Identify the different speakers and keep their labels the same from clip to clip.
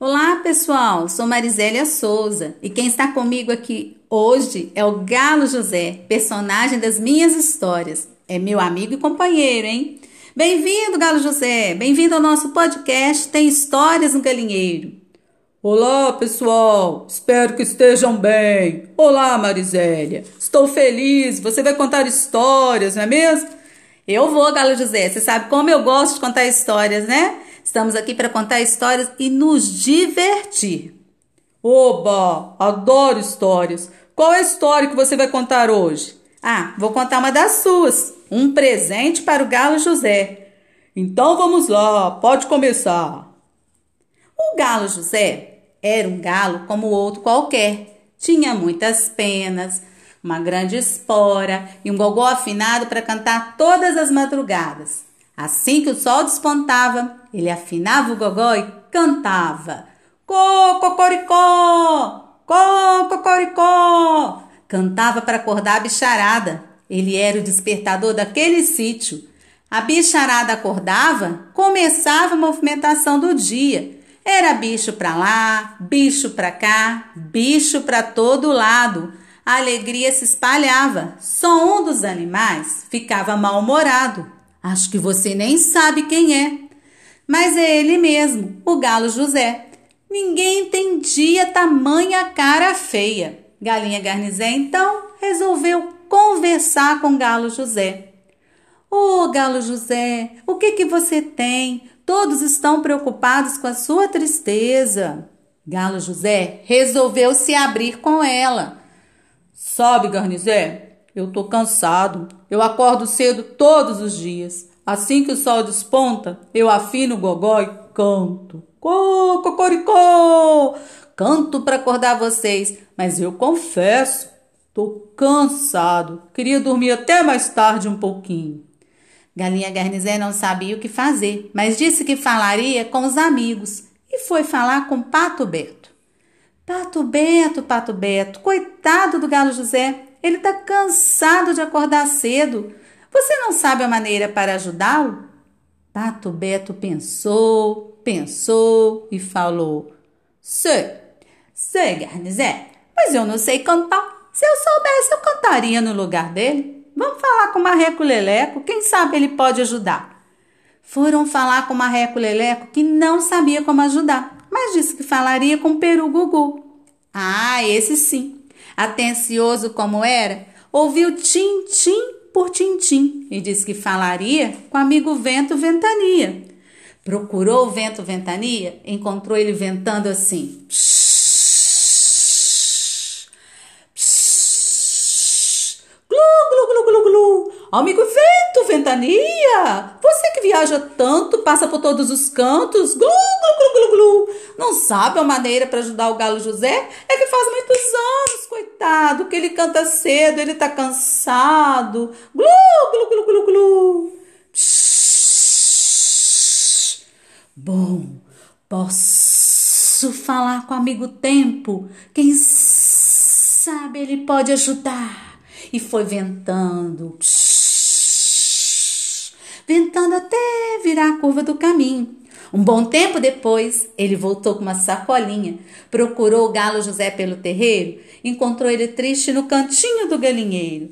Speaker 1: Olá, pessoal. Sou Marisélia Souza e quem está comigo aqui hoje é o Galo José, personagem das minhas histórias. É meu amigo e companheiro, hein? Bem-vindo, Galo José. Bem-vindo ao nosso podcast Tem Histórias no Galinheiro.
Speaker 2: Olá, pessoal. Espero que estejam bem. Olá, Marisélia. Estou feliz. Você vai contar histórias, não é mesmo?
Speaker 1: Eu vou, Galo José. Você sabe como eu gosto de contar histórias, né? Estamos aqui para contar histórias e nos divertir.
Speaker 2: Oba, adoro histórias. Qual é a história que você vai contar hoje?
Speaker 1: Vou contar uma das suas. Um presente para o Galo José.
Speaker 2: Então vamos lá, pode começar.
Speaker 1: O Galo José era um galo como outro qualquer. Tinha muitas penas, uma grande espora e um gogó afinado para cantar todas as madrugadas. Assim que o sol despontava, ele afinava o gogó e cantava. Cocoricó, cocoricó. Cantava para acordar a bicharada. Ele era o despertador daquele sítio. A bicharada acordava, começava a movimentação do dia. Era bicho para lá, bicho para cá, bicho para todo lado. A alegria se espalhava. Só um dos animais ficava mal-humorado. Acho que você nem sabe quem é. Mas é ele mesmo, o Galo José. Ninguém entendia tamanha cara feia. Galinha Garnizé, então, resolveu conversar com Galo José. Ô, Galo José, o que você tem? Todos estão preocupados com a sua tristeza. Galo José resolveu se abrir com ela.
Speaker 2: Sabe, Garnizé, eu tô cansado. Eu acordo cedo todos os dias. Assim que o sol desponta, eu afino o gogó e canto. Cocoricó!
Speaker 1: Canto para acordar vocês, mas eu confesso,
Speaker 2: tô cansado. Queria dormir até mais tarde um pouquinho.
Speaker 1: Galinha Garnizé não sabia o que fazer, mas disse que falaria com os amigos e foi falar com Pato Beto. Pato Beto, coitado do Galo José, ele está cansado de acordar cedo. Você não sabe a maneira para ajudá-lo? Pato Beto pensou e falou: Sei, Garnizé, mas eu não sei cantar. Se eu soubesse, eu cantaria no lugar dele. Vamos falar com o Marreco Leleco, quem sabe ele pode ajudar. Foram falar com o Marreco Leleco, que não sabia como ajudar, mas disse que falaria com o Peru Gugu. Esse sim. Atencioso como era, ouviu tim-tim por tim-tim e disse que falaria com o amigo Vento Ventania. Procurou o Vento Ventania, encontrou ele ventando assim.
Speaker 2: Amigo Vento Ventania, você que viaja tanto, passa por todos os cantos, glu, glu, glu, glu, glu.
Speaker 1: Não sabe a maneira para ajudar o Galo José? É que faz muitos anos, coitado, que ele canta cedo, ele tá cansado. Glu, glu, glu, glu, glu. Bom, posso falar com o amigo Tempo? Quem sabe ele pode ajudar. E foi ventando, ventando até virar a curva do caminho. Um bom tempo depois, ele voltou com uma sacolinha, procurou o Galo José pelo terreiro, encontrou ele triste no cantinho do galinheiro.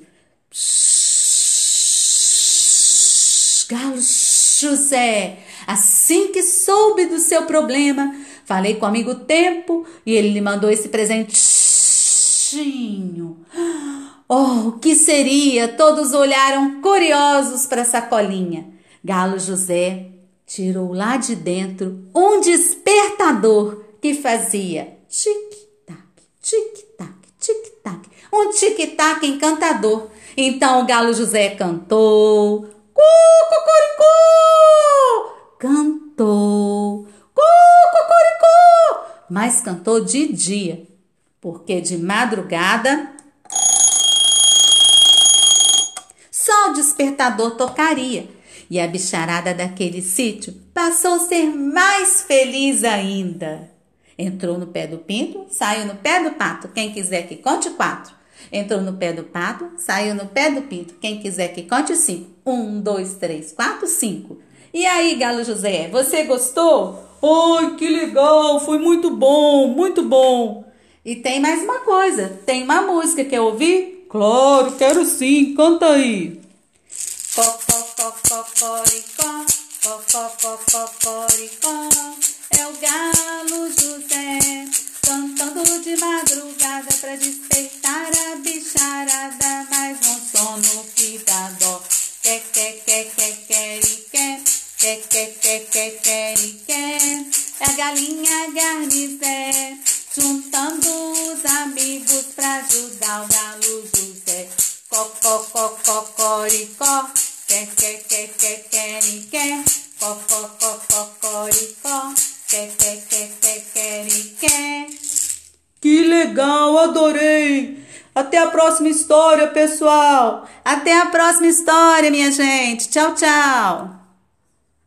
Speaker 1: Galo José, assim que soube do seu problema, falei com o amigo Tempo e ele lhe mandou esse presentinho. Oh, o que seria? Todos olharam curiosos para a sacolinha. Galo José tirou lá de dentro um despertador que fazia tic-tac, tic-tac, tic-tac. Um tic-tac encantador. Então o Galo José cantou. Cocoricó! Cantou. Cocoricó! Mas cantou de dia, porque de madrugada só o despertador tocaria. E a bicharada daquele sítio passou a ser mais feliz ainda. Entrou no pé do pinto, saiu no pé do pato. Quem quiser que conte 4. Entrou no pé do pato, saiu no pé do pinto. Quem quiser que conte 5. 1, 2, 3, 4, 5. E aí, Galo José, você gostou?
Speaker 2: Ai, que legal, foi muito bom, muito bom.
Speaker 1: E tem mais uma coisa, tem uma música, quer ouvir?
Speaker 2: Claro, quero sim, canta aí.
Speaker 1: Cocoricó, cocoricó, é o Galo José, cantando de madrugada pra despertar a bicharada, mas um sono que dá dó. Quer, é a galinha Garnizé, juntando os amigos pra ajudar o Galo José. Cocoricó, quer, cocoricó, quer.
Speaker 2: Que legal, adorei. Até a próxima história, pessoal.
Speaker 1: Até a próxima história, minha gente. Tchau, tchau.